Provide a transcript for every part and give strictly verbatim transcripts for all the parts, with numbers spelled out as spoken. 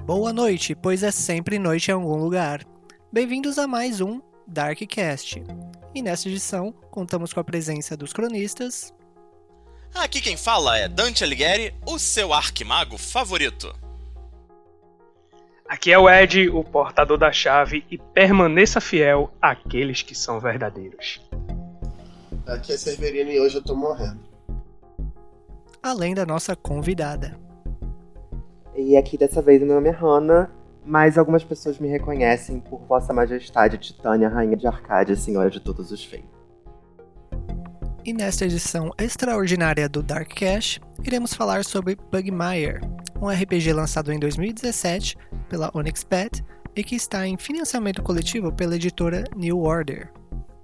Boa noite, pois é sempre noite em algum lugar. Bem-vindos a mais um Darkcast. E nesta edição, contamos com a presença dos cronistas. Aqui quem fala é Dante Alighieri, o seu arquimago favorito. Aqui é o Ed, o portador da chave, e permaneça fiel àqueles que são verdadeiros. Aqui é Severino e hoje eu tô morrendo. Além da nossa convidada. E aqui dessa vez o meu nome é Hannah, mas algumas pessoas me reconhecem por Vossa Majestade Titânia, Rainha de Arcádia, Senhora de todos os feios. E nesta edição extraordinária do Darkcast, iremos falar sobre Pugmire, um R P G lançado em dois mil e dezessete pela Onyx Path e que está em financiamento coletivo pela editora New Order.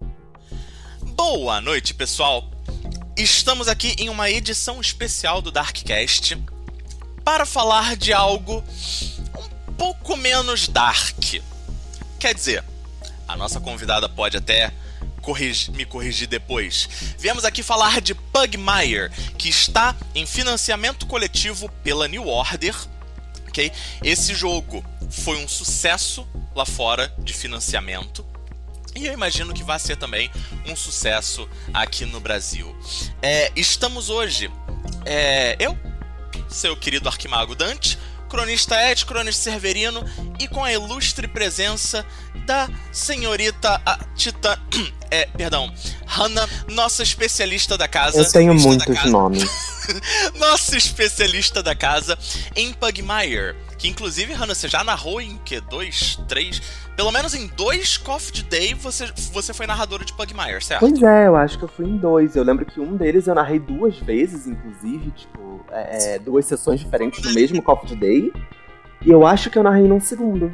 Boa noite, pessoal! Estamos aqui em uma edição especial do Darkcast para falar de algo um pouco menos dark. Quer dizer, a nossa convidada pode até corrigir, me corrigir depois. Viemos aqui falar de Pugmire, que está em financiamento coletivo pela New Order. Okay? Esse jogo foi um sucesso lá fora de financiamento. E eu imagino que vai ser também um sucesso aqui no Brasil. É, estamos hoje, é, eu, seu querido arquimago Dante, cronista Ed, cronista Severino, e com a ilustre presença da senhorita a, Titã... É, perdão, Hannah, nossa especialista da casa. Eu tenho muitos nomes. Nossa especialista da casa em Pugmire. Que inclusive, Hannah, você já narrou em que? Dois, três... Pelo menos em dois Coffee of the Day você, você foi narradora de Pugmire, certo? Pois é, eu acho que eu fui em dois. Eu lembro que um deles eu narrei duas vezes, inclusive, tipo, é, duas sessões diferentes no mesmo Coffee of the Day. E eu acho que eu narrei num segundo.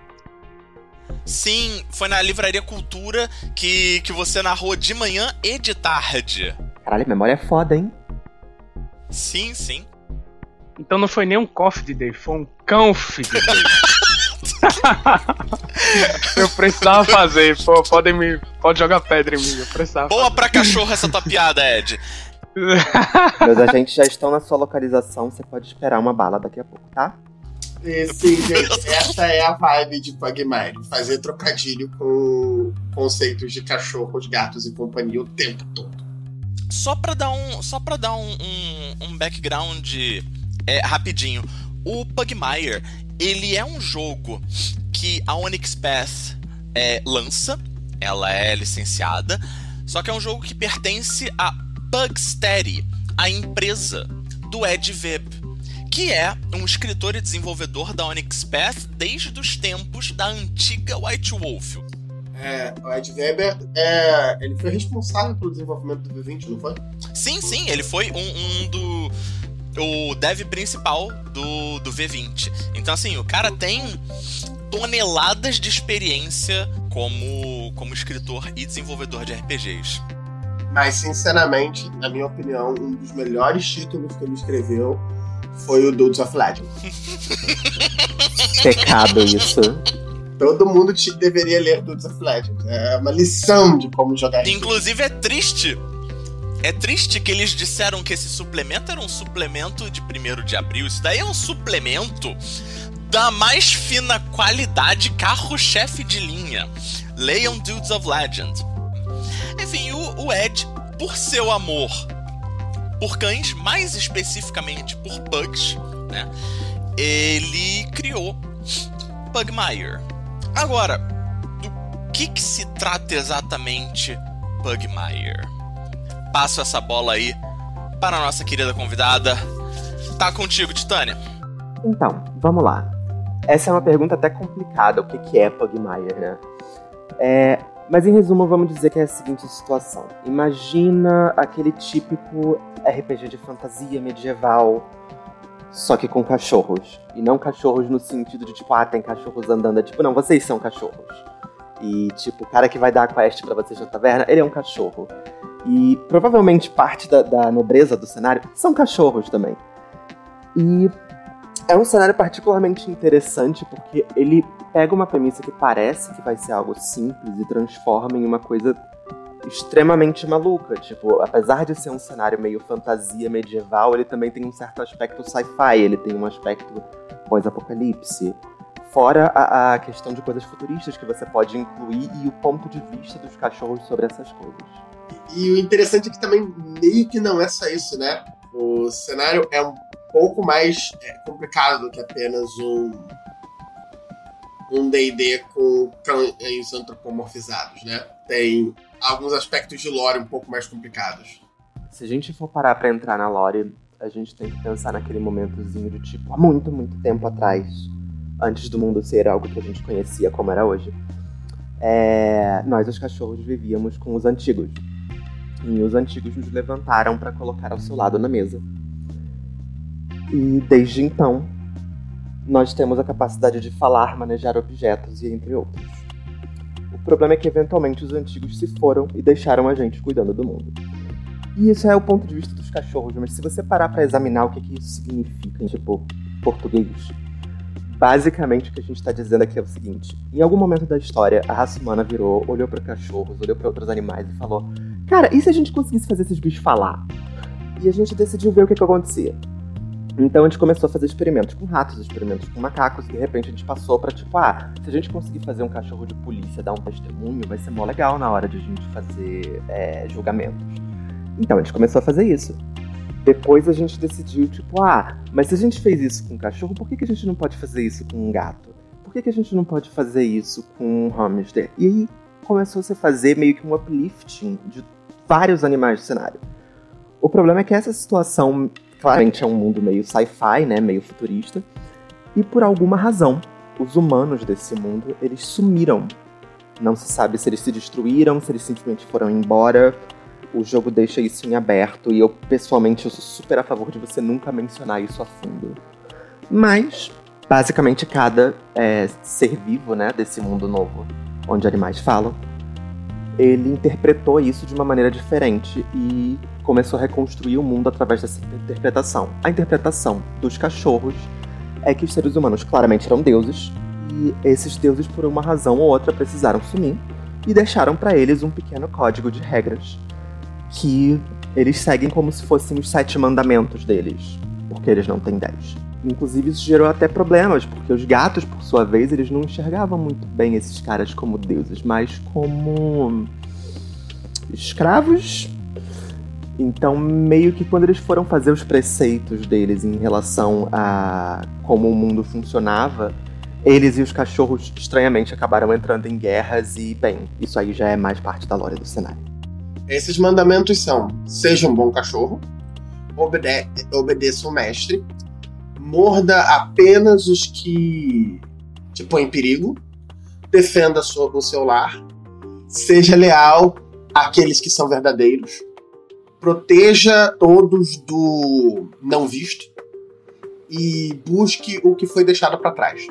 Sim, foi na Livraria Cultura que, que você narrou de manhã e de tarde. Caralho, memória é foda, hein? Sim, sim. Então não foi nem um Coffee of the Day, foi um Conf of the Day. Eu precisava fazer, pô, podem me, pode jogar pedra em mim, eu precisava Boa fazer. Pra cachorro essa tua piada, Ed. Meus agentes já estão na sua localização, você pode esperar uma bala daqui a pouco, tá? E, sim, gente, essa é a vibe de Pugmire. Fazer trocadilho com conceitos de cachorros, gatos e companhia o tempo todo. Só pra dar um, só pra dar um, um, um background é, rapidinho. O Pugmire, ele é um jogo que a Onyx Path é, lança, ela é licenciada, só que é um jogo que pertence a Bugsteady, a empresa do Ed Webb, que é um escritor e desenvolvedor da Onyx Path desde os tempos da antiga White Wolf. É, o Ed Webb, é, ele foi responsável pelo desenvolvimento do V vinte, não foi? Sim, sim, ele foi um, um do... o dev principal do, do V vinte. Então, assim, o cara tem toneladas de experiência como, como escritor e desenvolvedor de R P Gs. Mas, sinceramente, na minha opinião, um dos melhores títulos que ele escreveu foi o Dudes of Legend. Pecado isso. Todo mundo te deveria ler Dudes of Legend. É uma lição de como jogar R P G. Inclusive, é triste... É triste que eles disseram que esse suplemento era um suplemento de primeiro de abril. Isso daí é um suplemento da mais fina qualidade, carro-chefe de linha. Leiam Dudes of Legend. Enfim, o, o Ed, por seu amor por cães, mais especificamente por pugs, né, ele criou Pugmire. Agora, do que, que se trata exatamente Pugmire? Passo essa bola aí para a nossa querida convidada. Tá contigo, Titânia. Então, vamos lá. Essa é uma pergunta até complicada, o que, que é Pugmire, né? É, mas em resumo, vamos dizer que é a seguinte situação. Imagina aquele típico R P G de fantasia medieval, só que com cachorros. E não cachorros no sentido de tipo, ah, tem cachorros andando. É tipo, não, vocês são cachorros. E tipo, o cara que vai dar a quest pra vocês na taverna, ele é um cachorro. E provavelmente parte da, da nobreza do cenário são cachorros também. E é um cenário particularmente interessante porque ele pega uma premissa que parece que vai ser algo simples e transforma em uma coisa extremamente maluca. Tipo, apesar de ser um cenário meio fantasia medieval, ele também tem um certo aspecto sci-fi, ele tem um aspecto pós-apocalipse. Fora a, a questão de coisas futuristas que você pode incluir e o ponto de vista dos cachorros sobre essas coisas. E o interessante é que também meio que não é só isso, né? O cenário é um pouco mais é, complicado do que apenas um um D e D com cães antropomorfizados, né? Tem alguns aspectos de lore um pouco mais complicados. Se a gente for parar pra entrar na lore, a gente tem que pensar naquele momentozinho de tipo, há muito, muito tempo atrás, antes do mundo ser algo que a gente conhecia como era hoje, é... nós, os cachorros, vivíamos com os antigos. E os antigos nos levantaram para colocar ao seu lado na mesa. E desde então, nós temos a capacidade de falar, manejar objetos e entre outros. O problema é que eventualmente os antigos se foram e deixaram a gente cuidando do mundo. E isso é o ponto de vista dos cachorros, mas se você parar para examinar o que, que isso significa em, tipo, português, basicamente o que a gente está dizendo aqui é o seguinte: em algum momento da história, a raça humana virou, olhou para cachorros, olhou para outros animais e falou: cara, e se a gente conseguisse fazer esses bichos falar? E a gente decidiu ver o que, que acontecia. Então a gente começou a fazer experimentos com ratos, experimentos com macacos, e de repente a gente passou pra tipo, ah, se a gente conseguir fazer um cachorro de polícia dar um testemunho, vai ser mó legal na hora de a gente fazer é, julgamentos. Então a gente começou a fazer isso. Depois a gente decidiu, tipo, ah, mas se a gente fez isso com um cachorro, por que, que a gente não pode fazer isso com um gato? Por que, que a gente não pode fazer isso com um hamster? E aí começou a se fazer meio que um uplifting de vários animais do cenário. O problema é que essa situação claramente é um mundo meio sci-fi, né, meio futurista, e por alguma razão, os humanos desse mundo, eles sumiram. Não se sabe se eles se destruíram, se eles simplesmente foram embora. O jogo deixa isso em aberto, e eu, pessoalmente, eu sou super a favor de você nunca mencionar isso a fundo. Mas, basicamente, cada é, ser vivo, né, desse mundo novo, onde animais falam, ele interpretou isso de uma maneira diferente e começou a reconstruir o mundo através dessa interpretação. A interpretação dos cachorros é que os seres humanos claramente eram deuses, e esses deuses, por uma razão ou outra, precisaram sumir e deixaram para eles um pequeno código de regras que eles seguem como se fossem os sete mandamentos deles, porque eles não têm dez. Inclusive, isso gerou até problemas, porque os gatos, por sua vez, eles não enxergavam muito bem esses caras como deuses, mas como escravos. Então, meio que quando eles foram fazer os preceitos deles em relação a como o mundo funcionava, eles e os cachorros, estranhamente, acabaram entrando em guerras e, bem, isso aí já é mais parte da lore do cenário. Esses mandamentos são: seja um bom cachorro, obede- obedeça o mestre, morda apenas os que te põem em perigo, defenda o seu lar, seja leal àqueles que são verdadeiros, proteja todos do não visto e busque o que foi deixado para trás.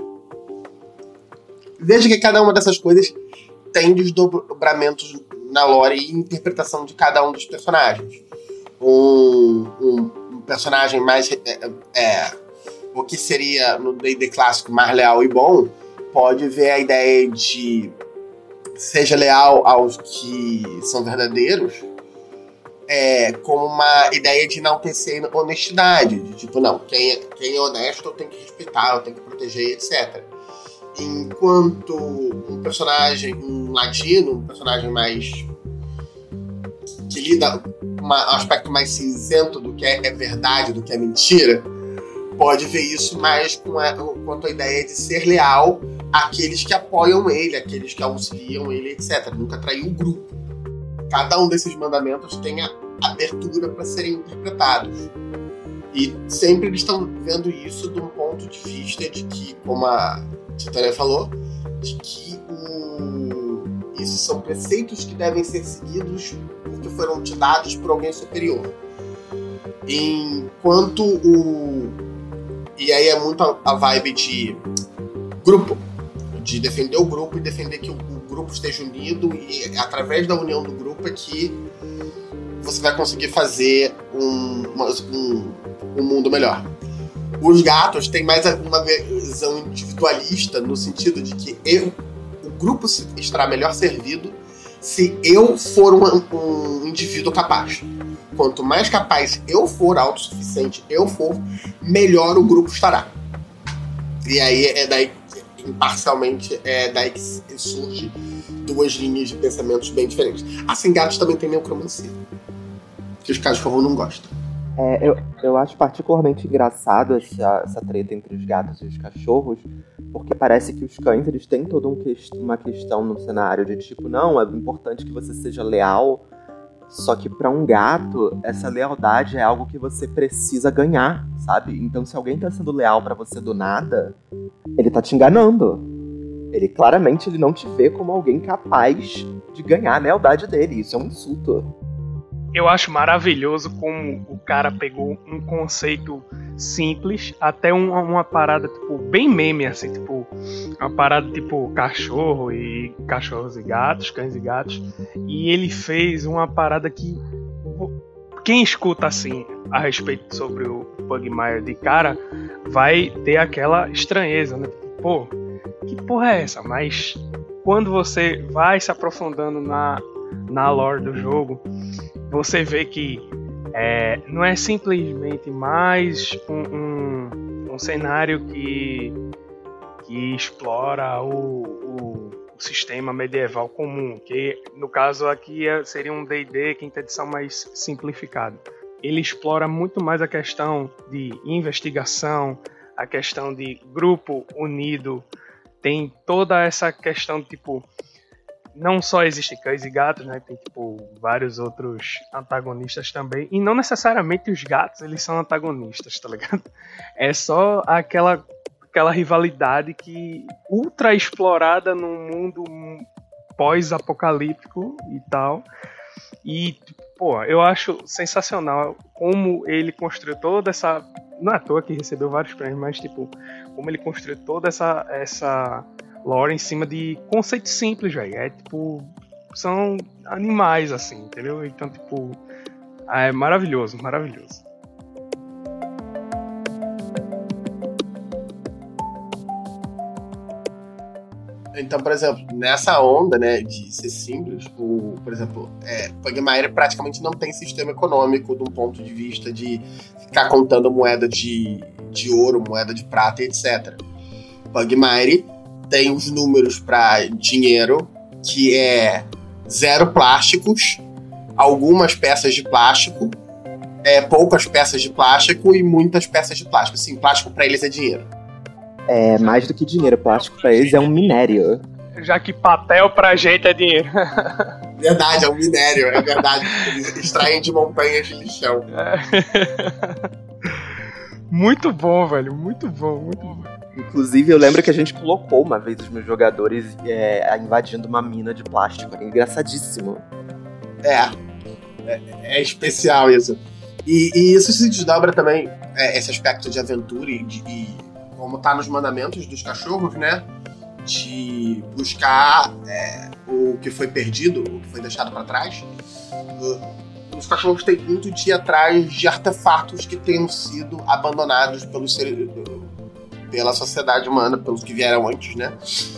Veja que cada uma dessas coisas tem desdobramentos na lore e interpretação de cada um dos personagens. Um, um, um personagem mais... É, é, o que seria no D e D clássico mais leal e bom, pode ver a ideia de seja leal aos que são verdadeiros é, como uma ideia de enaltecer honestidade, de tipo, não, quem é, quem é honesto eu tenho que respeitar, eu tenho que proteger, etcétera. Enquanto um personagem, um latino, um personagem mais que lida com um aspecto mais cinzento do que é verdade, do que é mentira, pode ver isso mais com a, quanto a ideia de ser leal àqueles que apoiam ele, àqueles que auxiliam ele, etcétera. Nunca trair o grupo. Cada um desses mandamentos tem a abertura para serem interpretados. E sempre eles estão vendo isso de um ponto de vista de que, como a Titânia falou, de que o... esses são preceitos que devem ser seguidos porque foram te dados por alguém superior. Enquanto o... E aí é muito a, a vibe de grupo, de defender o grupo e defender que o, o grupo esteja unido, e é através da união do grupo é que você vai conseguir fazer um, uma, um, um mundo melhor. Os gatos têm mais uma visão individualista, no sentido de que eu, o grupo estará melhor servido se eu for um, um indivíduo capaz. Quanto mais capaz eu for, autossuficiente eu for, melhor o grupo estará. E aí é daí, imparcialmente, é daí que surge duas linhas de pensamentos bem diferentes. Assim, gatos também tem necromancia, que os cachorros não gostam. É, eu, eu acho particularmente engraçado essa, essa treta entre os gatos e os cachorros, porque parece que os cães eles têm toda um que, uma questão no cenário de tipo, não, é importante que você seja leal, só que pra um gato, essa lealdade é algo que você precisa ganhar, sabe? Então se alguém tá sendo leal pra você do nada, ele tá te enganando. Ele claramente ele não te vê como alguém capaz de ganhar a lealdade dele, isso é um insulto. Eu acho maravilhoso como o cara pegou um conceito simples até uma, uma parada, tipo, bem meme, assim, tipo, uma parada tipo cachorro e cachorros e gatos, cães e gatos, e ele fez uma parada que quem escuta, assim, a respeito sobre o Pugmire de cara, vai ter aquela estranheza, né? Pô, que porra é essa? Mas quando você vai se aprofundando na, na lore do jogo, você vê que é, não é simplesmente mais um, um, um cenário que, que explora o, o, o sistema medieval comum, que no caso aqui seria um D e D quinta edição mais simplificado. Ele explora muito mais a questão de investigação, a questão de grupo unido, tem toda essa questão tipo... Não só existem cães e gatos, né? Tem, tipo, vários outros antagonistas também. E não necessariamente os gatos, eles são antagonistas, tá ligado? É só aquela, aquela rivalidade que ultra explorada num mundo pós-apocalíptico e tal. E, pô, eu acho sensacional como ele construiu toda essa... Não é à toa que recebeu vários prêmios, mas, tipo, como ele construiu toda essa... essa lore em cima de conceitos simples, velho. É tipo, são animais, assim, entendeu? Então, tipo, é maravilhoso, maravilhoso. Então, por exemplo, nessa onda, né, de ser simples, o, por exemplo, é, Pugmire praticamente não tem sistema econômico de um ponto de vista de ficar contando moeda de, de ouro, moeda de prata, etcétera. Pugmire tem os números para dinheiro, que é zero plásticos, algumas peças de plástico, é, poucas peças de plástico e muitas peças de plástico. Sim, plástico para eles é dinheiro. É mais do que dinheiro, plástico para eles é um minério. Já que papel pra gente é dinheiro. Verdade, é um minério, é verdade. Eles extraem de montanhas de lixão. É. Muito bom, velho, muito bom, muito bom. Inclusive, eu lembro que a gente colocou uma vez os meus jogadores é, invadindo uma mina de plástico. É engraçadíssimo. É, é, é especial isso. E, e isso se desdobra também, é, esse aspecto de aventura e, de, e como tá nos mandamentos dos cachorros, né? De buscar é, o que foi perdido, o que foi deixado para trás. Os cachorros têm muito de ir atrás de artefatos que tenham sido abandonados pelos seres... pela sociedade humana, pelos que vieram antes, né?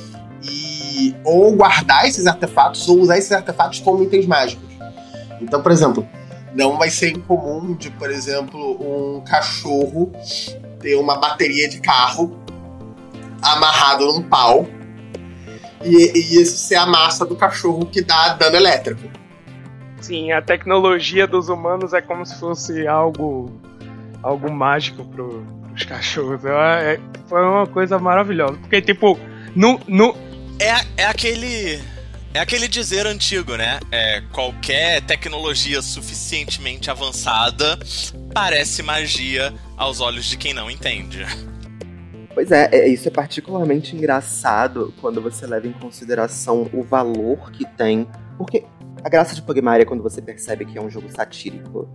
E ou guardar esses artefatos ou usar esses artefatos como itens mágicos. Então, por exemplo, não vai ser incomum de, por exemplo, um cachorro ter uma bateria de carro amarrado num pau e, e isso ser a massa do cachorro que dá dano elétrico. Sim, a tecnologia dos humanos é como se fosse algo, algo mágico pro os cachorros. É, foi uma coisa maravilhosa. Porque, tipo, no, no... É, é aquele. É aquele dizer antigo, né? É, qualquer tecnologia suficientemente avançada parece magia aos olhos de quem não entende. Pois é, é, isso é particularmente engraçado quando você leva em consideração o valor que tem. Porque a graça de Pugmire é quando você percebe que é um jogo satírico.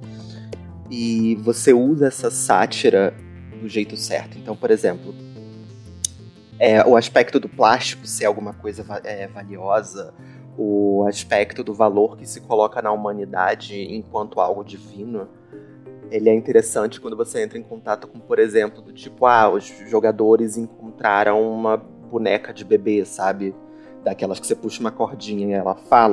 E você usa essa sátira do jeito certo. Então, por exemplo, é, o aspecto do plástico ser alguma coisa é, valiosa, o aspecto do valor que se coloca na humanidade enquanto algo divino, ele é interessante quando você entra em contato com, por exemplo, do tipo, ah, os jogadores encontraram uma boneca de bebê, sabe? Daquelas que você puxa uma cordinha e ela fala.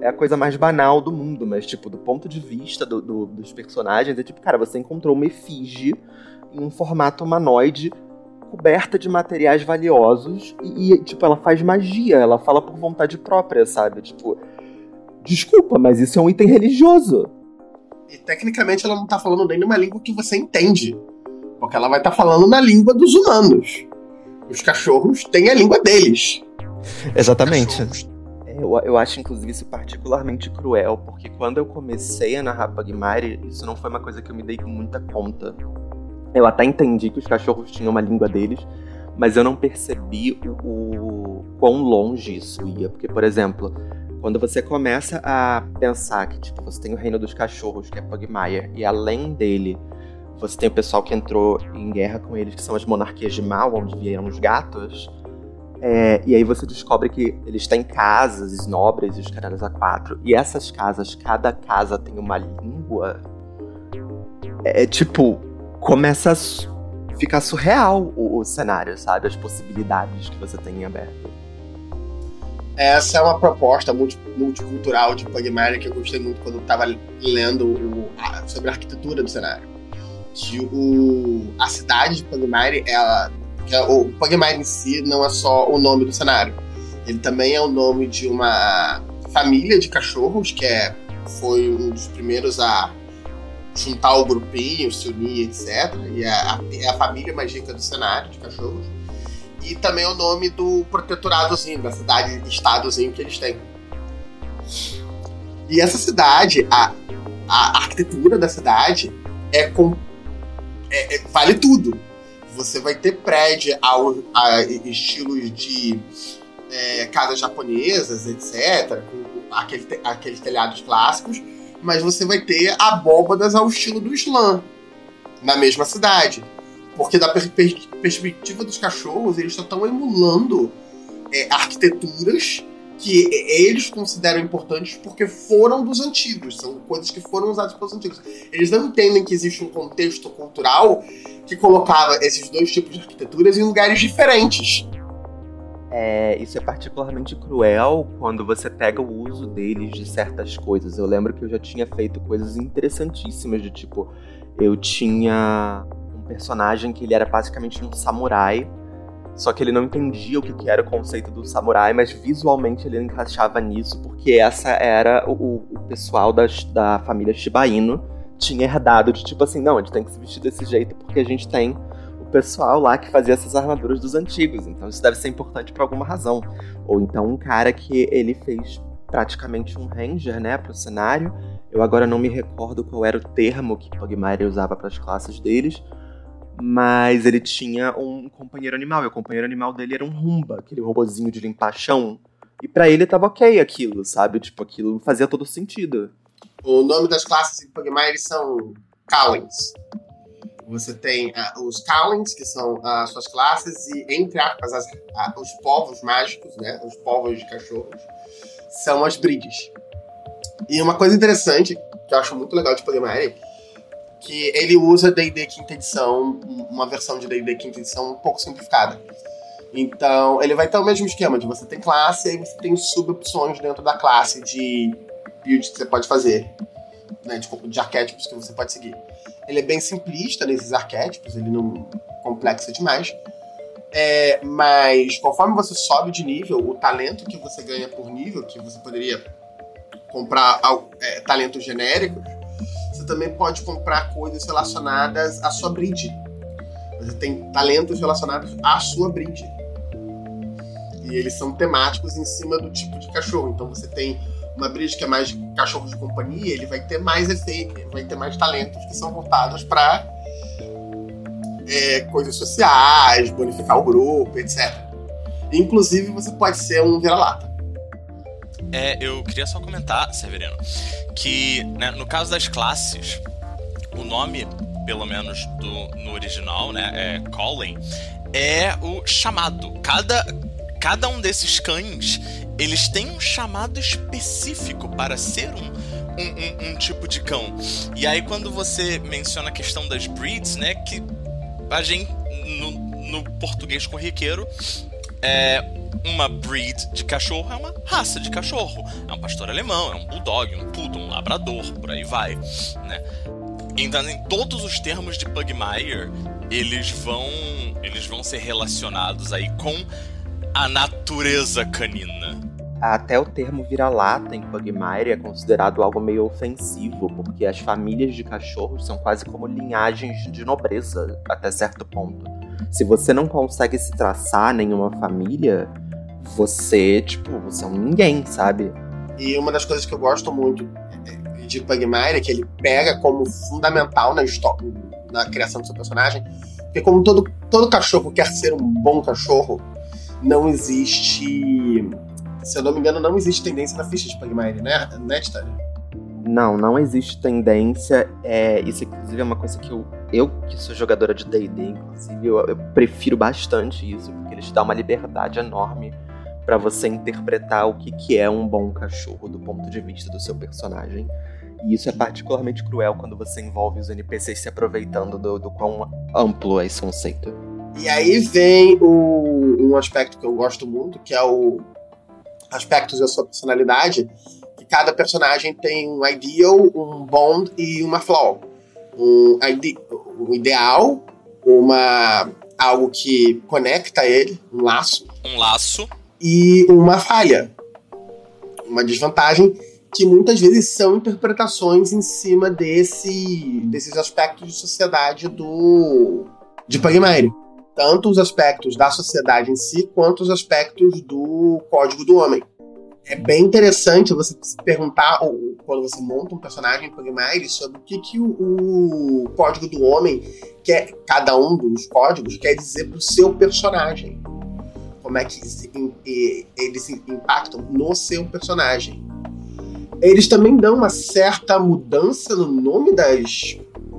é a coisa mais banal do mundo, mas, tipo, do ponto de vista do, do, dos personagens, é tipo, cara, você encontrou uma efígie em um formato humanoide coberta de materiais valiosos e, e, tipo, ela faz magia, ela fala por vontade própria, sabe? Tipo, desculpa, mas isso é um item religioso. E, tecnicamente, ela não tá falando nem numa língua que você entende, porque ela vai estar tá falando na língua dos humanos. Os cachorros têm a língua deles. Exatamente. Eu, eu acho, inclusive, isso particularmente cruel, porque quando eu comecei a narrar Pugmire, isso não foi uma coisa que eu me dei com muita conta. Eu até entendi que os cachorros tinham uma língua deles, mas eu não percebi o, o quão longe isso ia. Porque, por exemplo, quando você começa a pensar que tipo, você tem o reino dos cachorros, que é Pugmire, e além dele, você tem o pessoal que entrou em guerra com eles, que são as monarquias de Mal, onde vieram os gatos. É, e aí você descobre que eles têm casas nobres e os caralhos a quatro. E essas casas, cada casa tem uma língua. É tipo, começa a ficar surreal o, o cenário, sabe? As possibilidades que você tem em aberto. Essa é uma proposta multi, multicultural de Pugmire que eu gostei muito quando eu estava lendo o, a, sobre a arquitetura do cenário. Que o, a cidade de Pugmire, ela... Que o Pugmire em si não é só o nome do cenário. Ele também é o nome de uma família de cachorros, que é, foi um dos primeiros a juntar o grupinho, se unir, etcétera. E é a, é a família mais rica do cenário de cachorros. E também é o nome do protetoradozinho, da cidade-estadozinho que eles têm. E essa cidade, a, a arquitetura da cidade é, com, é, é vale tudo. Você vai ter prédio ao, a estilos de é, casas japonesas, etcétera, com aquele, aqueles telhados clássicos, mas você vai ter abóbadas ao estilo do Islã, na mesma cidade. Porque da per- per- perspectiva dos cachorros, eles só estão emulando é, arquiteturas que eles consideram importantes porque foram dos antigos, são coisas que foram usadas pelos antigos. Eles não entendem que existe um contexto cultural que colocava esses dois tipos de arquiteturas em lugares diferentes. É, isso é particularmente cruel quando você pega o uso deles de certas coisas. Eu lembro que eu já tinha feito coisas interessantíssimas, de tipo, eu tinha um personagem que ele era basicamente um samurai, só que ele não entendia o que era o conceito do samurai, mas visualmente ele encaixava nisso, porque essa era o, o pessoal da, da família Shiba Inu tinha herdado, de tipo assim, não, a gente tem que se vestir desse jeito porque a gente tem o pessoal lá que fazia essas armaduras dos antigos, então isso deve ser importante por alguma razão. Ou então um cara que ele fez praticamente um ranger, né, pro cenário. Eu agora não me recordo qual era o termo que Pugmire usava para as classes deles, mas ele tinha um companheiro animal, e o companheiro animal dele era um Rumba, aquele robozinho de limpar chão, e pra ele tava ok aquilo, sabe? Tipo, aquilo fazia todo sentido. O nome das classes em Pugmire são Callens. Você tem uh, os Callens, que são as uh, suas classes, e entre aspas, as, uh, os povos mágicos, né? Os povos de cachorros, são as Brides. E uma coisa interessante, que eu acho muito legal de Pugmire, que ele usa D e D quinta edição, uma versão de D e D quinta edição um pouco simplificada. Então, ele vai ter o mesmo esquema de você tem classe e aí você tem sub-opções dentro da classe de build que você pode fazer, né, de, de arquétipos que você pode seguir. Ele é bem simplista nesses arquétipos, ele não é complexo demais. É, mas, conforme você sobe de nível, o talento que você ganha por nível, que você poderia comprar é, talentos genéricos, você também pode comprar coisas relacionadas à sua breed. Você tem talentos relacionados à sua breed. E eles são temáticos em cima do tipo de cachorro. Então você tem uma breed que é mais cachorro de companhia, ele vai ter mais efeito, vai ter mais talentos que são voltados para é, coisas sociais, bonificar o grupo, etcétera. Inclusive você pode ser um vira-lata. É, eu queria só comentar, Severino, que né, no caso das classes, o nome, pelo menos do, no original, né, é Calling, é o chamado. Cada, cada um desses cães, eles têm um chamado específico para ser um, um, um, um tipo de cão. E aí quando você menciona a questão das breeds, né, que a gente, no, no português corriqueiro, é, uma breed de cachorro é uma raça de cachorro. É um pastor alemão, é um bulldog, um poodle, um labrador, por aí vai, né? Então, em todos os termos de Pugmire, eles vão, eles vão ser relacionados aí com a natureza canina. Até o termo vira-lata em Pugmire é considerado algo meio ofensivo, porque as famílias de cachorros são quase como linhagens de nobreza, até certo ponto. Se você não consegue se traçar nenhuma família, você, tipo, você é um ninguém, sabe? E uma das coisas que eu gosto muito de Pugmire é que ele pega como fundamental na história, na criação do seu personagem, porque como todo, todo cachorro quer ser um bom cachorro, não existe... Se eu não me engano, não existe tendência na ficha de Pugmire, né, né Titânia? Não, não existe tendência. É, isso, inclusive, é uma coisa que eu, eu que sou jogadora de D e D, inclusive, eu, eu prefiro bastante isso, porque ele te dá uma liberdade enorme pra você interpretar o que, que é um bom cachorro do ponto de vista do seu personagem. E isso é particularmente cruel quando você envolve os N P Cs se aproveitando do, do quão amplo é esse conceito. E aí vem o, um aspecto que eu gosto muito, que é o aspectos da sua personalidade, que cada personagem tem um ideal, um bond e uma flaw. Um, ide- um ideal, uma, algo que conecta ele, um laço. Um laço. E uma falha, uma desvantagem, que muitas vezes são interpretações em cima desse, desses aspectos de sociedade do, de Pugmire. Tanto os aspectos da sociedade em si, quanto os aspectos do código do homem. É bem interessante você se perguntar, quando você monta um personagem em Pugmire, sobre o que, que o, o código do homem, quer, cada um dos códigos, quer dizer pro seu personagem. Como é que eles impactam no seu personagem. Eles também dão uma certa mudança no nome das...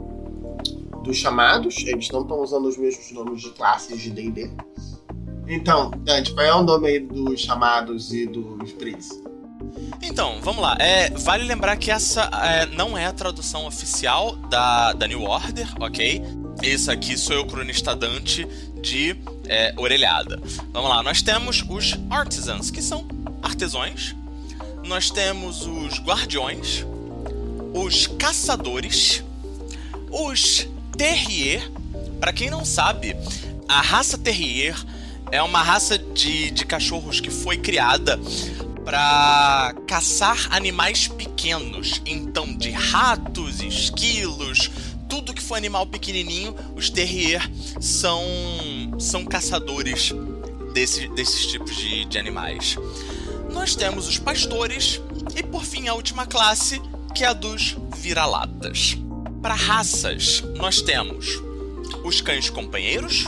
dos chamados, eles não estão usando os mesmos nomes de classes de D e D. Então, Dante, qual é o nome aí dos chamados e dos breeds? Então, vamos lá. É, vale lembrar que essa é, não é a tradução oficial da, da New Order, ok? Isso aqui sou eu, cronista Dante, de é, orelhada. Vamos lá, nós temos os Artisans, que são artesãos. Nós temos os Guardiões, os Caçadores, os Terrier. Para quem não sabe, a raça Terrier é uma raça de, de cachorros que foi criada para caçar animais pequenos. Então, de ratos, esquilos, tudo que for animal pequenininho, os Terrier são, são caçadores desse, desses tipos de, de animais. Nós temos os pastores e, por fim, a última classe, que é a dos vira-latas. Para raças, nós temos os cães companheiros,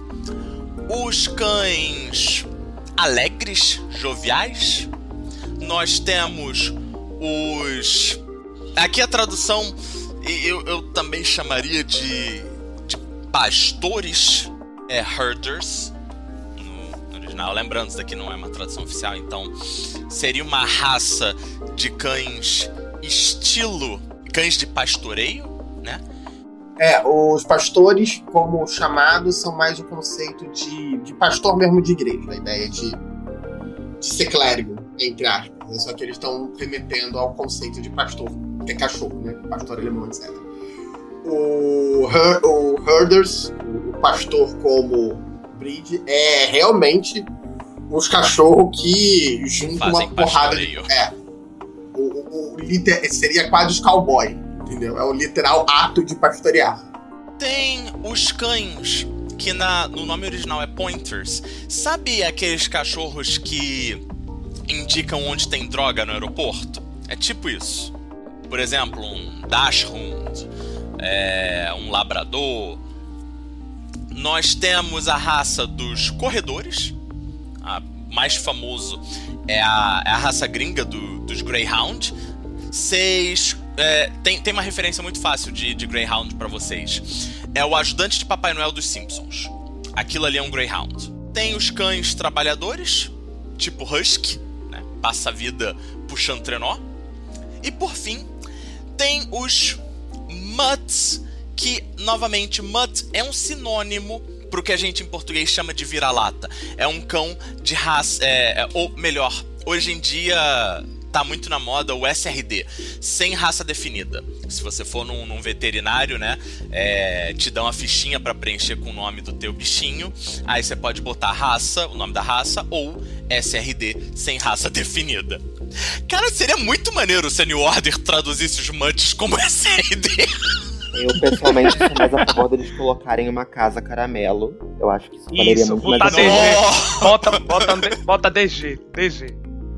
os cães alegres, joviais. Nós temos os... Aqui a tradução eu, eu também chamaria de, de pastores, é herders no, no original. Lembrando, isso daqui não é uma tradução oficial, então seria uma raça de cães estilo cães de pastoreio, né? É, os pastores, como chamados, são mais o conceito de, de pastor mesmo de igreja, a ideia de, de ser clérigo, entre aspas. Só que eles estão remetendo ao conceito de pastor, que é cachorro, né? Pastor alemão, etcétera. O, her, o herders, o pastor como breed, é realmente os cachorros que juntam fazem uma porrada de... É, o, o, o liter, seria quase os cowboy. Entendeu? É o literal ato de pastorear. Tem os cães, que na, no nome original é pointers. Sabe aqueles cachorros que indicam onde tem droga no aeroporto? É tipo isso. Por exemplo, um dachshund, é, um labrador. Nós temos a raça dos corredores. A mais famoso é a, é a raça gringa do, dos Greyhound. Seis... É, tem, tem uma referência muito fácil de, de Greyhound pra vocês. É o ajudante de Papai Noel dos Simpsons. Aquilo ali é um Greyhound. Tem os cães trabalhadores, tipo Husky, né? Passa a vida puxando trenó. E por fim, tem os Mutts, que, novamente, Mutt é um sinônimo pro que a gente em português chama de vira-lata. É um cão de raça, é, é, ou melhor, hoje em dia tá muito na moda o S R D, sem raça definida. Se você for num, num veterinário, né, é, te dão uma fichinha pra preencher com o nome do teu bichinho, aí você pode botar raça, o nome da raça, ou S R D, sem raça definida. Cara, seria muito maneiro se a New Order traduzisse os mutts como S R D. Eu, pessoalmente, sou mais a favor deles colocarem uma casa caramelo. Eu acho que isso valeria Isso, muito mais botar a D pena. G. Bota, bota, bota D G. D G.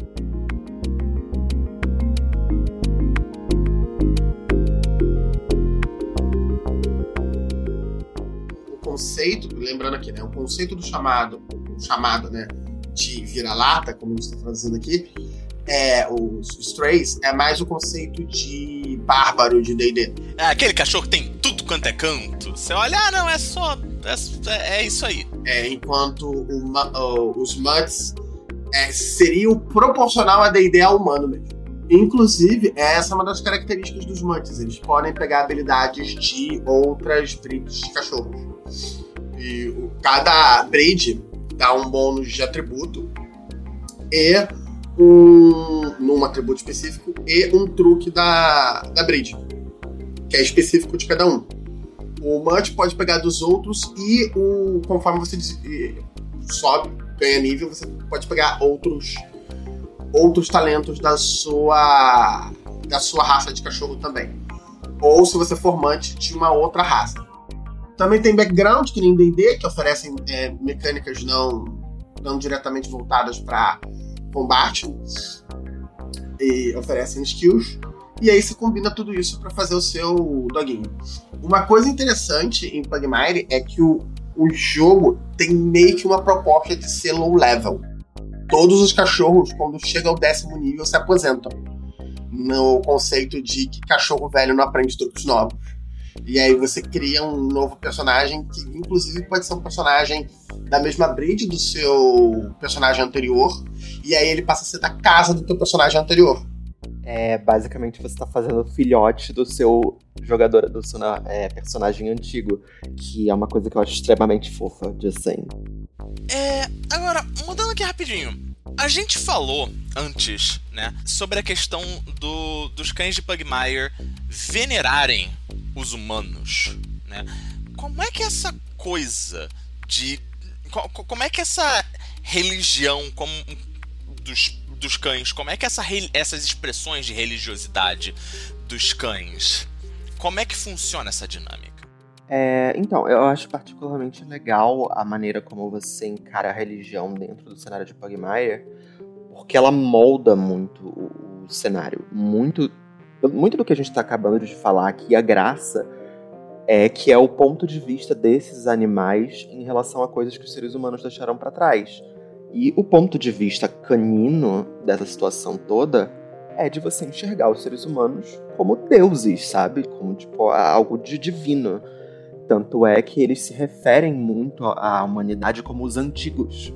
Conceito, lembrando aqui, né, o conceito do chamado, o chamado, né, de vira-lata, como a gente está trazendo aqui, é, os Strays, é mais o conceito de bárbaro de D e D. É aquele cachorro que tem tudo quanto é canto. Você olha, ah, não, é só, é, é isso aí. É, enquanto o, o, os Mutts é, seria o proporcional a D e D ao humano mesmo. Inclusive, essa é uma das características dos Mutts. Eles podem pegar habilidades de outras breeds de cachorros. E o, cada breed dá um bônus de atributo e um, num atributo específico e um truque da, da breed, que é específico de cada um. O Mutt pode pegar dos outros e o, conforme você sobe, ganha nível, você pode pegar outros outros talentos da sua da sua raça de cachorro também. Ou se você for Mutt de uma outra raça. Também tem background, que nem D e D, que oferecem é, mecânicas não, não diretamente voltadas para combate. E oferecem skills. E aí você combina tudo isso para fazer o seu doguinho. Uma coisa interessante em Pugmire é que o, o jogo tem meio que uma proposta de ser low level. Todos os cachorros, quando chegam ao décimo nível, se aposentam. No conceito de que cachorro velho não aprende truques novos. E aí você cria um novo personagem que, inclusive, pode ser um personagem da mesma breed do seu personagem anterior. E aí ele passa a ser da casa do teu personagem anterior. É, basicamente você tá fazendo filhote do seu jogador, do seu é, personagem antigo. Que é uma coisa que eu acho extremamente fofa, de assim. É, agora, mudando aqui rapidinho. A gente falou antes, né, sobre a questão do, dos cães de Pugmire venerarem os humanos, né? Como é que essa coisa de... Como é que essa religião como, dos, dos cães, como é que essa, essas expressões de religiosidade dos cães, como é que funciona essa dinâmica? É, então, eu acho particularmente legal a maneira como você encara a religião dentro do cenário de Pugmire, porque ela molda muito o, o cenário. Muito, muito do que a gente está acabando de falar aqui, a graça é que é o ponto de vista desses animais em relação a coisas que os seres humanos deixaram para trás. E o ponto de vista canino dessa situação toda é de você enxergar os seres humanos como deuses, sabe? Como tipo algo de divino. Tanto é que eles se referem muito à humanidade como os antigos.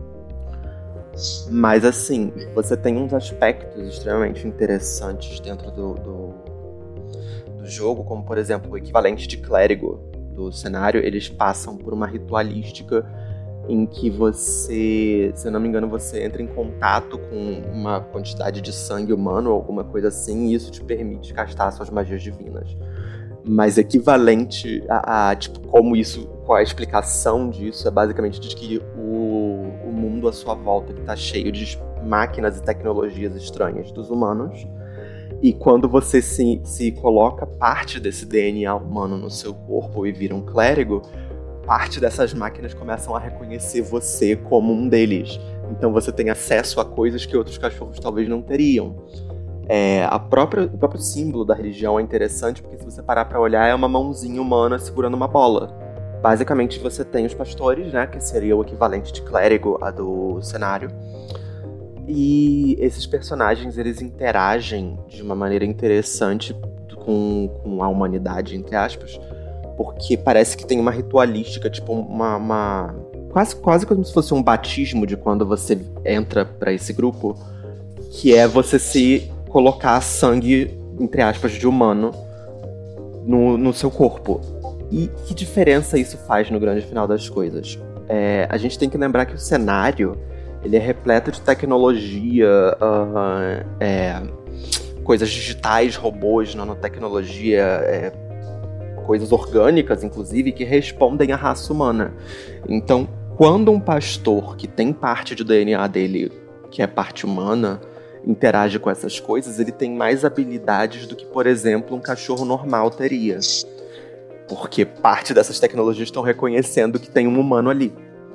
Mas assim, você tem uns aspectos extremamente interessantes dentro do, do, do jogo, como por exemplo o equivalente de clérigo do cenário. Eles passam por uma ritualística em que você, se eu não me engano, você entra em contato com uma quantidade de sangue humano ou alguma coisa assim, e isso te permite castar suas magias divinas. Mas equivalente a, a tipo, como isso, qual a explicação disso é basicamente de que o, o mundo à sua volta está cheio de máquinas e tecnologias estranhas dos humanos, e quando você se, se coloca parte desse D N A humano no seu corpo e vira um clérigo, parte dessas máquinas começam a reconhecer você como um deles. Então você tem acesso a coisas que outros cachorros talvez não teriam. É, a própria, o próprio símbolo da religião é interessante, porque se você parar pra olhar, é uma mãozinha humana segurando uma bola. Basicamente você tem os pastores, né, que seria o equivalente de clérigo a do cenário. E esses personagens, eles interagem de uma maneira interessante com, com a humanidade, entre aspas, porque parece que tem uma ritualística, tipo uma... uma quase, quase como se fosse um batismo de quando você entra pra esse grupo, que é você se colocar sangue, entre aspas, de humano no, no seu corpo. E que diferença isso faz no grande final das coisas? É, a gente tem que lembrar que o cenário ele é repleto de tecnologia, uh, é, coisas digitais, robôs, nanotecnologia, é, coisas orgânicas, inclusive, que respondem à raça humana. Então, quando um pastor que tem parte do D N A dele, que é parte humana, interage com essas coisas, ele tem mais habilidades do que, por exemplo, um cachorro normal teria. Porque parte dessas tecnologias estão reconhecendo que tem um humano ali.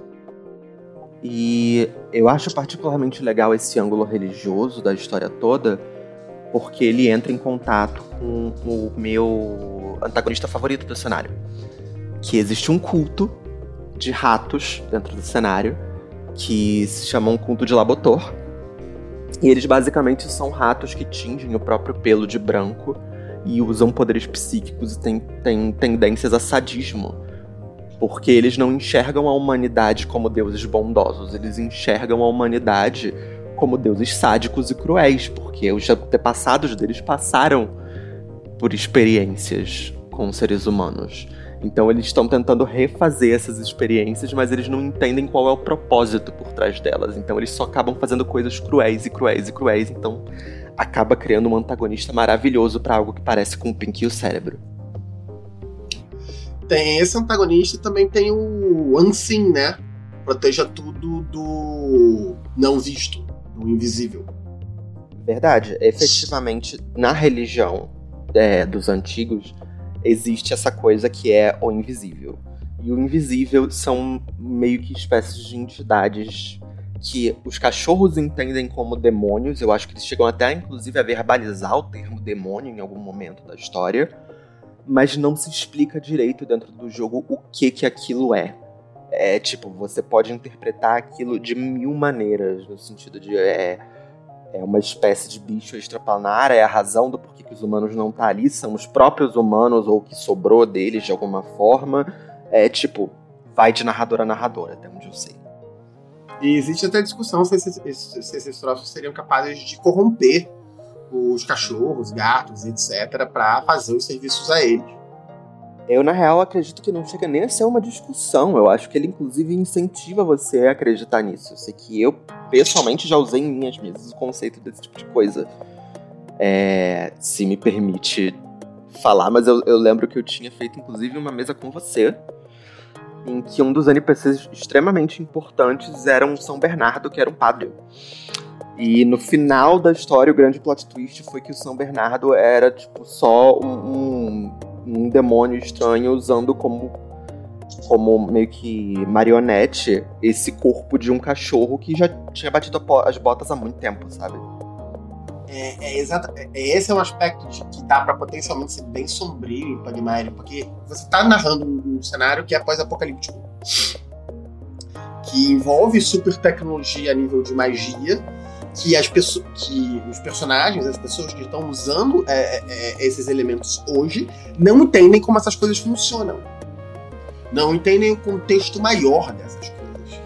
E eu acho particularmente legal esse ângulo religioso da história toda, porque ele entra em contato com o meu antagonista favorito do cenário. Que existe um culto de ratos dentro do cenário, que se chama um culto de Labotor. E eles basicamente são ratos que tingem o próprio pelo de branco e usam poderes psíquicos e têm, têm tendências a sadismo. Porque eles não enxergam a humanidade como deuses bondosos, eles enxergam a humanidade como deuses sádicos e cruéis, porque os antepassados deles passaram por experiências com seres humanos. Então eles estão tentando refazer essas experiências, mas eles não entendem qual é o propósito por trás delas. Então eles só acabam fazendo coisas cruéis e cruéis e cruéis, então acaba criando um antagonista maravilhoso para algo que parece com o Pinky e o cérebro. Tem esse antagonista e também tem o Unseen, né? Proteja tudo do não visto, do invisível. Verdade. Efetivamente, na religião é, dos antigos, existe essa coisa que é o invisível. E o invisível são meio que espécies de entidades que os cachorros entendem como demônios. Eu acho que eles chegam até, inclusive, a verbalizar o termo demônio em algum momento da história. Mas não se explica direito dentro do jogo o que que aquilo é. É tipo, você pode interpretar aquilo de mil maneiras, no sentido de é, é uma espécie de bicho extraplanar, é a razão do porquê que os humanos não estão ali, são os próprios humanos ou o que sobrou deles de alguma forma. É tipo, vai de narrador a narrador, até onde eu sei. E existe até discussão se esses, se esses troços seriam capazes de corromper os cachorros, gatos, etcétera, para fazer os serviços a eles. Eu, na real, acredito que não chega nem a ser uma discussão. Eu acho que ele, inclusive, incentiva você a acreditar nisso. Eu sei que eu, pessoalmente, já usei em minhas mesas o conceito desse tipo de coisa. É, se me permite falar, mas eu, eu lembro que eu tinha feito, inclusive, uma mesa com você, em que um dos N P Cs extremamente importantes era um São Bernardo, que era um padre. E no final da história, o grande plot twist foi que o São Bernardo era, tipo, só um, um, um demônio estranho usando como, como meio que marionete esse corpo de um cachorro que já tinha batido as botas há muito tempo, sabe? É, é exato. É, esse é um aspecto de, que dá pra potencialmente ser bem sombrio em Pugmire, porque você tá narrando um, um cenário que é pós-apocalíptico, que envolve super tecnologia a nível de magia, que, as pessoas, que os personagens, as pessoas que estão usando é, é, esses elementos hoje, não entendem como essas coisas funcionam. Não entendem o contexto maior dessas coisas.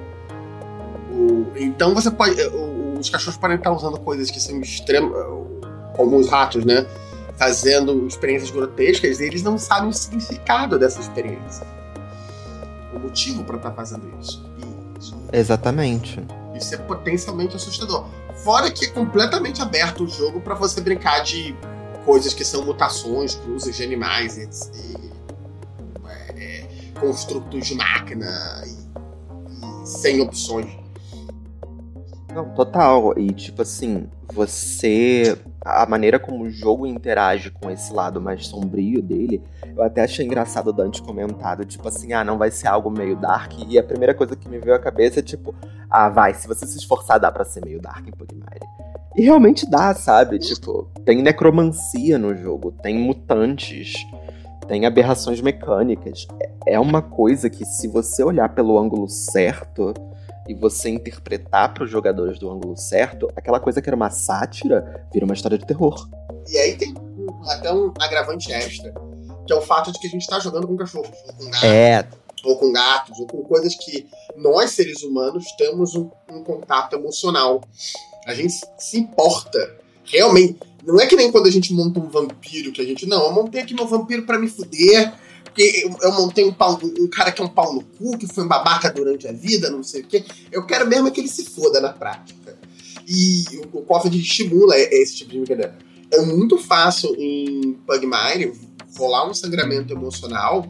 O, então você pode... O, os cachorros podem estar usando coisas que são extremas, como os ratos, né? Fazendo experiências grotescas, e eles não sabem o significado dessa experiência. O motivo para estar fazendo isso. E, Exatamente. Isso é potencialmente assustador. Fora que é completamente aberto o jogo para você brincar de coisas que são mutações, cruzes de animais e, e é, construtos de máquina e, e sem opções. Não, total. E tipo assim, você... A maneira como o jogo interage com esse lado mais sombrio dele, eu até achei engraçado o Dante comentado, tipo assim, ah, não vai ser algo meio dark, e a primeira coisa que me veio à cabeça é tipo, ah, vai, se você se esforçar dá pra ser meio dark em Pugmire. E realmente dá, sabe? Tipo, tem necromancia no jogo, tem mutantes, tem aberrações mecânicas. É uma coisa que, se você olhar pelo ângulo certo e você interpretar para os jogadores do ângulo certo, aquela coisa que era uma sátira vira uma história de terror. E aí tem até um agravante extra, que é o fato de que a gente está jogando com cachorros, ou com gatos, é. ou com gatos, ou com coisas que nós, seres humanos, temos um, um contato emocional. A gente se importa. Realmente, não é que nem quando a gente monta um vampiro, que a gente, não, eu montei aqui meu vampiro pra me fuder, porque eu, eu montei um, pau, um cara que é um pau no cu, que foi um babaca durante a vida, não sei o quê. Eu quero mesmo que ele se foda na prática. E o, o Coffee estimula esse tipo de brincadeira. É muito fácil em Pugmire rolar um sangramento emocional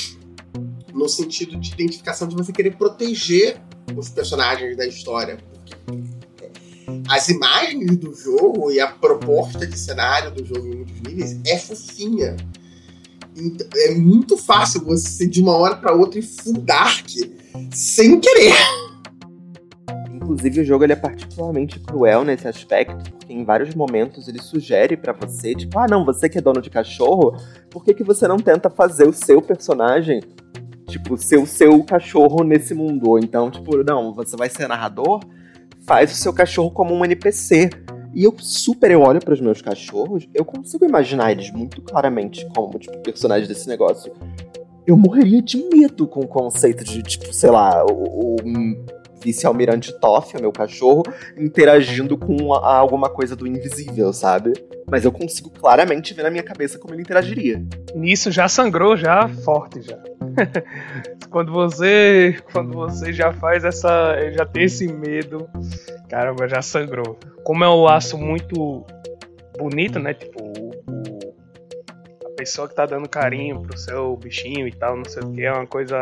no sentido de identificação de você querer proteger os personagens da história. Porque as imagens do jogo e a proposta de cenário do jogo em muitos níveis é fofinha. Então, é muito fácil você de uma hora pra outra ir full dark sem querer. Inclusive o jogo ele é particularmente cruel nesse aspecto, porque em vários momentos ele sugere pra você, tipo, ah não, você que é dono de cachorro, por que que você não tenta fazer o seu personagem, tipo, ser o seu cachorro nesse mundo? Ou então, tipo, não, você vai ser narrador, faz o seu cachorro como um N P C. E eu super, eu olho pros meus cachorros, eu consigo imaginar eles muito claramente como, tipo, personagens desse negócio. Eu morreria de medo com o conceito de, tipo, sei lá, o... o vice-almirante Toff, meu cachorro, interagindo com a, alguma coisa do invisível, sabe? Mas eu consigo claramente ver na minha cabeça como ele interagiria. Nisso já sangrou, já forte, já. quando você quando você já faz essa... já tem esse medo, caramba, já sangrou. Como é um laço muito bonito, né? Tipo, o, o, a pessoa que tá dando carinho pro seu bichinho e tal, não sei o que, é uma coisa...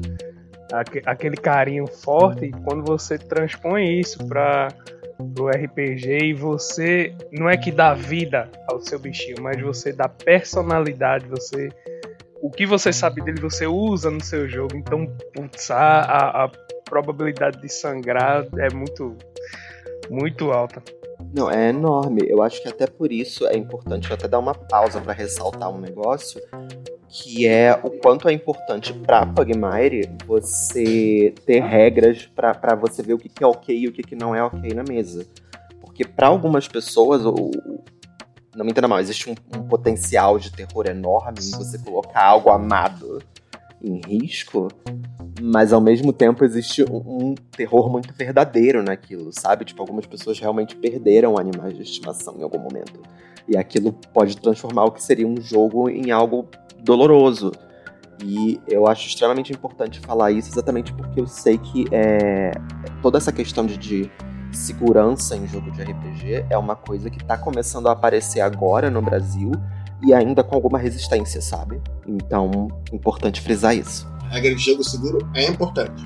aquele carinho forte, e quando você transpõe isso para o R P G e você não é que dá vida ao seu bichinho, mas você dá personalidade, você, o que você sabe dele você usa no seu jogo, então putz, a, a probabilidade de sangrar é muito, muito alta. Não, é enorme. Eu acho que até por isso é importante até dar uma pausa para ressaltar um negócio, que é o quanto é importante pra Pugmire você ter regras pra, pra você ver o que, que é ok e o que, que não é ok na mesa. Porque pra algumas pessoas, o, não me entenda mal, existe um, um potencial de terror enorme em você colocar algo amado em risco, mas ao mesmo tempo existe um, um terror muito verdadeiro naquilo, sabe? Tipo, algumas pessoas realmente perderam animais de estimação em algum momento. E aquilo pode transformar o que seria um jogo em algo doloroso. E eu acho extremamente importante falar isso exatamente porque eu sei que é, toda essa questão de, de segurança em jogo de R P G é uma coisa que tá começando a aparecer agora no Brasil e ainda com alguma resistência, sabe? Então, importante frisar isso. A regra de jogo seguro é importante.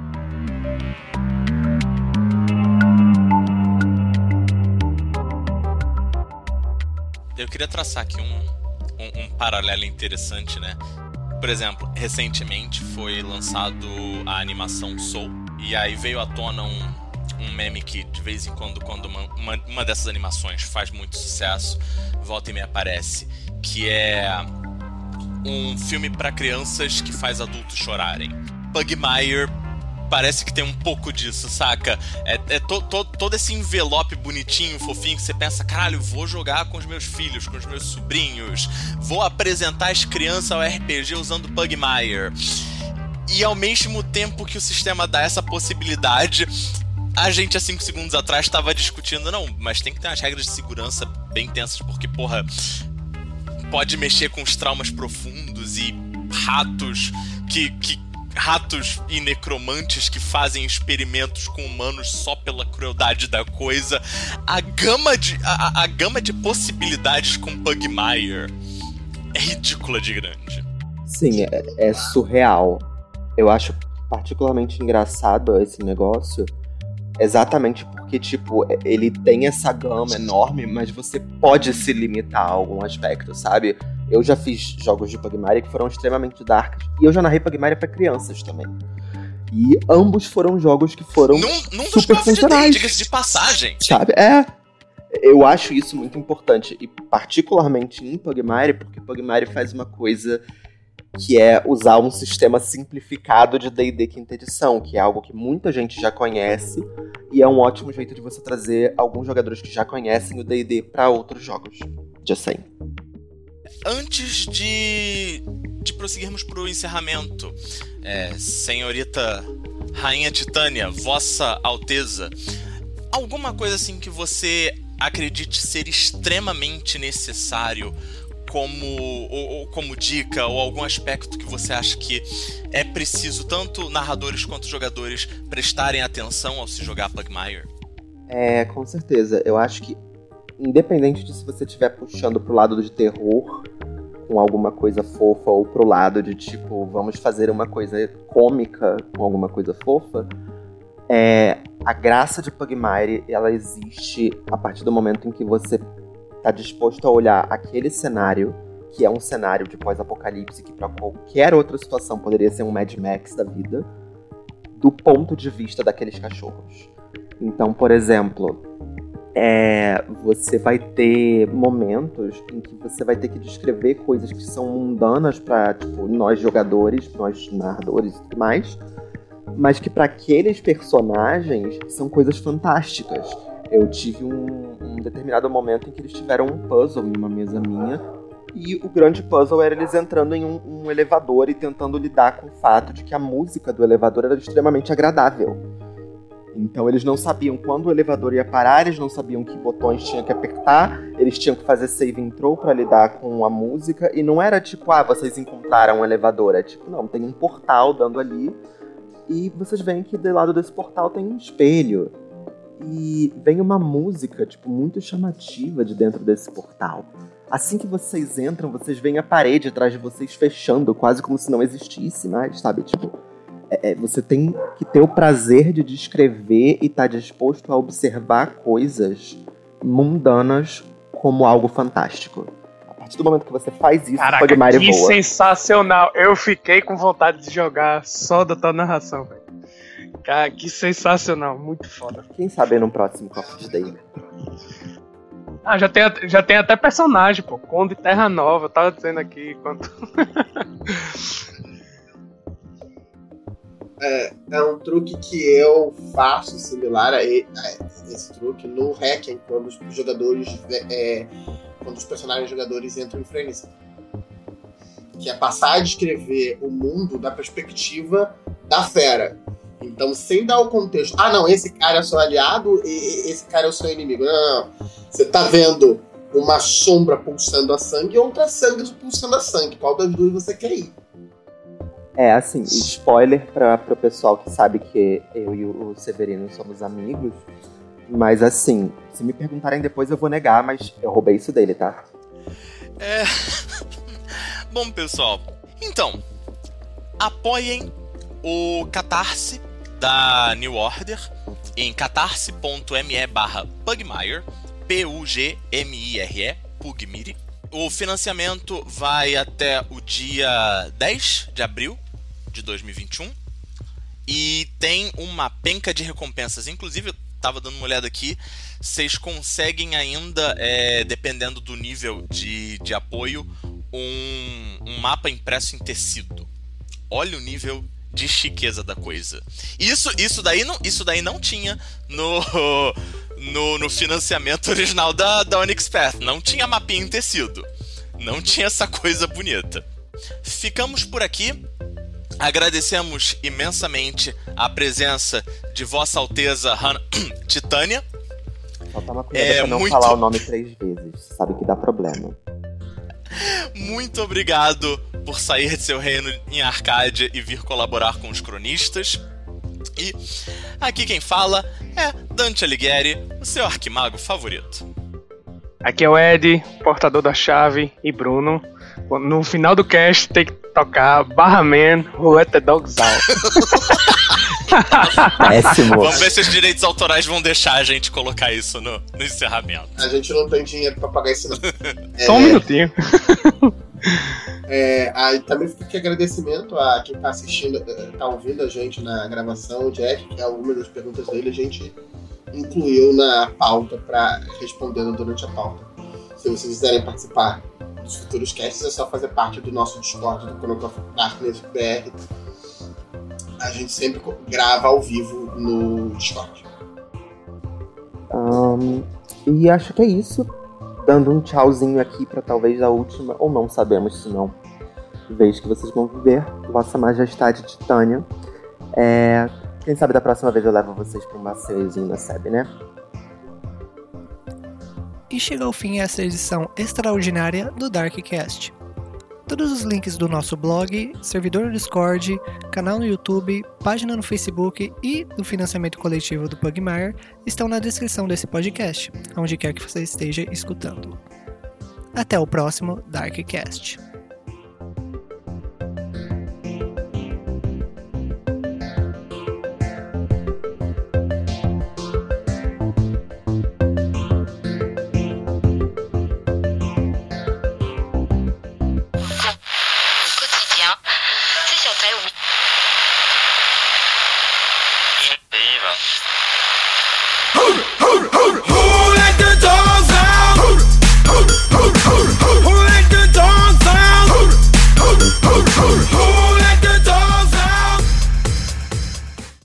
Eu queria traçar aqui um, um, um paralelo interessante, né? Por exemplo, recentemente foi lançado a animação Soul, e aí veio à tona um, um meme que de vez em quando, quando uma, uma, uma dessas animações faz muito sucesso, volta e me aparece, que é um filme pra crianças que faz adultos chorarem. Pugmire parece que tem um pouco disso, saca? É, é to, to, todo esse envelope bonitinho, fofinho, que você pensa, caralho, vou jogar com os meus filhos, com os meus sobrinhos, vou apresentar as crianças ao R P G usando Pugmire. E ao mesmo tempo que o sistema dá essa possibilidade, a gente há cinco segundos atrás estava discutindo, não, mas tem que ter umas regras de segurança bem tensas, porque, porra, pode mexer com os traumas profundos e ratos que... que ratos e necromantes que fazem experimentos com humanos só pela crueldade da coisa. A gama de, a, a gama de possibilidades com Pugmire é ridícula de grande. Sim, é, é surreal. Eu acho particularmente engraçado esse negócio, exatamente porque, tipo, ele tem essa gama enorme, mas você pode se limitar a algum aspecto, sabe? Eu já fiz jogos de Pugmire que foram extremamente dark, e eu já narrei Pugmire pra crianças também. E ambos foram jogos que foram num, num super dos funcionais. diga-se de passagem. Sabe? É. Eu acho isso muito importante, e particularmente em Pugmire, porque Pugmire faz uma coisa que é usar um sistema simplificado de D e D quinta edição, que é algo que muita gente já conhece, e é um ótimo jeito de você trazer alguns jogadores que já conhecem o D e D para outros jogos. Já sei. Antes de, de prosseguirmos para o encerramento, é, senhorita Rainha Titânia, Vossa Alteza, alguma coisa assim que você acredite ser extremamente necessário como, ou, ou como dica, ou algum aspecto que você acha que é preciso tanto narradores quanto jogadores prestarem atenção ao se jogar Pugmire? É, com certeza. Eu acho que, independente de se você estiver puxando pro lado de terror, com alguma coisa fofa, ou pro lado de, tipo, vamos fazer uma coisa cômica com alguma coisa fofa, é, a graça de Pugmire, ela existe a partir do momento em que você tá disposto a olhar aquele cenário, que é um cenário de pós-apocalipse, que pra qualquer outra situação poderia ser um Mad Max da vida, do ponto de vista daqueles cachorros. Então, por exemplo, é, você vai ter momentos em que você vai ter que descrever coisas que são mundanas para, tipo, nós jogadores, nós narradores e tudo mais, mas que para aqueles personagens são coisas fantásticas. Eu tive um, um determinado momento em que eles tiveram um puzzle em uma mesa minha, e o grande puzzle era eles entrando em um, um elevador e tentando lidar com o fato de que a música do elevador era extremamente agradável. Então eles não sabiam quando o elevador ia parar, eles não sabiam que botões tinham que apertar, eles tinham que fazer save and throw pra lidar com a música, e não era tipo, ah, vocês encontraram um elevador, é tipo, não, tem um portal dando ali, e vocês veem que do lado desse portal tem um espelho, e vem uma música, tipo, muito chamativa de dentro desse portal. Assim que vocês entram, vocês veem a parede atrás de vocês fechando, quase como se não existisse mais, sabe, tipo... É, você tem que ter o prazer de descrever e estar disposto a observar coisas mundanas como algo fantástico. A partir do momento que você faz isso, Caraca, Pugmire que voa. sensacional! Eu fiquei com vontade de jogar só da tua narração, velho. Cara, que sensacional, muito foda. Quem sabe no próximo Coffee Today. Ah, já tem, já tem até personagem, pô. Conde Terra Nova, eu tava dizendo aqui quanto. É, é um truque que eu faço similar a, e, a esse truque no Hacken, quando os jogadores, é, quando os personagens jogadores entram em frenesi. Que é passar a descrever o mundo da perspectiva da fera. Então, sem dar o contexto, ah não, esse cara é o seu aliado e esse cara é o seu inimigo. Não, não, não. Você tá vendo uma sombra pulsando a sangue e outra sangue pulsando a sangue. Qual das duas você quer ir? É, assim, spoiler para pro pessoal que sabe que eu e o Severino somos amigos, mas assim, se me perguntarem depois eu vou negar, mas eu roubei isso dele, tá? É... Bom, pessoal, então, apoiem o Catarse da New Order em catarse.me barra Pugmire, P U G M I R E, Pugmire. O financiamento vai até o dia dez de abril de dois mil e vinte e um e tem uma penca de recompensas. Inclusive, eu tava dando uma olhada aqui, vocês conseguem ainda, é, dependendo do nível de, de apoio, um, um mapa impresso em tecido. Olha o nível de chiqueza da coisa. Isso, isso, daí, não, isso daí não tinha no, no, no financiamento original da, da Onyx Path. Não tinha mapinha em tecido. Não tinha essa coisa bonita. Ficamos por aqui. Agradecemos imensamente a presença de Vossa Alteza Han... Titânia. Só toma cuidado É, pra não muito- falar o nome três vezes, sabe que dá problema. Muito obrigado por sair de seu reino em Arcádia e vir colaborar com os cronistas. E aqui quem fala é Dante Alighieri, o seu arquimago favorito. Aqui é o Ed, portador da chave, e Bruno. No final do cast tem que tocar Barra Man, Who Let the Dogs Out. Péssimo. Vamos ver se os direitos autorais vão deixar a gente colocar isso no, no encerramento. A gente não tem dinheiro pra pagar isso não. Só um minutinho. É, aí também fica aqui agradecimento a quem tá assistindo, eh, tá ouvindo a gente na gravação, o Jack, que algumas das perguntas dele a gente incluiu na pauta pra respondendo durante a pauta. Se vocês quiserem participar dos futuros casts, é só fazer parte do nosso Discord, do Chronicle of Darkness B R. A gente sempre co- grava ao vivo no Discord. Ahn, e acho que é isso. Dando um tchauzinho aqui pra talvez a última, ou não sabemos se não, vez que vocês vão viver. Vossa Majestade Titânia. É, quem sabe da próxima vez eu levo vocês pra um maceizinho na S E B, né? E chega ao fim essa edição extraordinária do Darkcast. Todos os links do nosso blog, servidor no Discord, canal no YouTube, página no Facebook e do financiamento coletivo do Pugmire estão na descrição desse podcast, onde quer que você esteja escutando. Até o próximo Darkcast. quotidien, c'est sur Très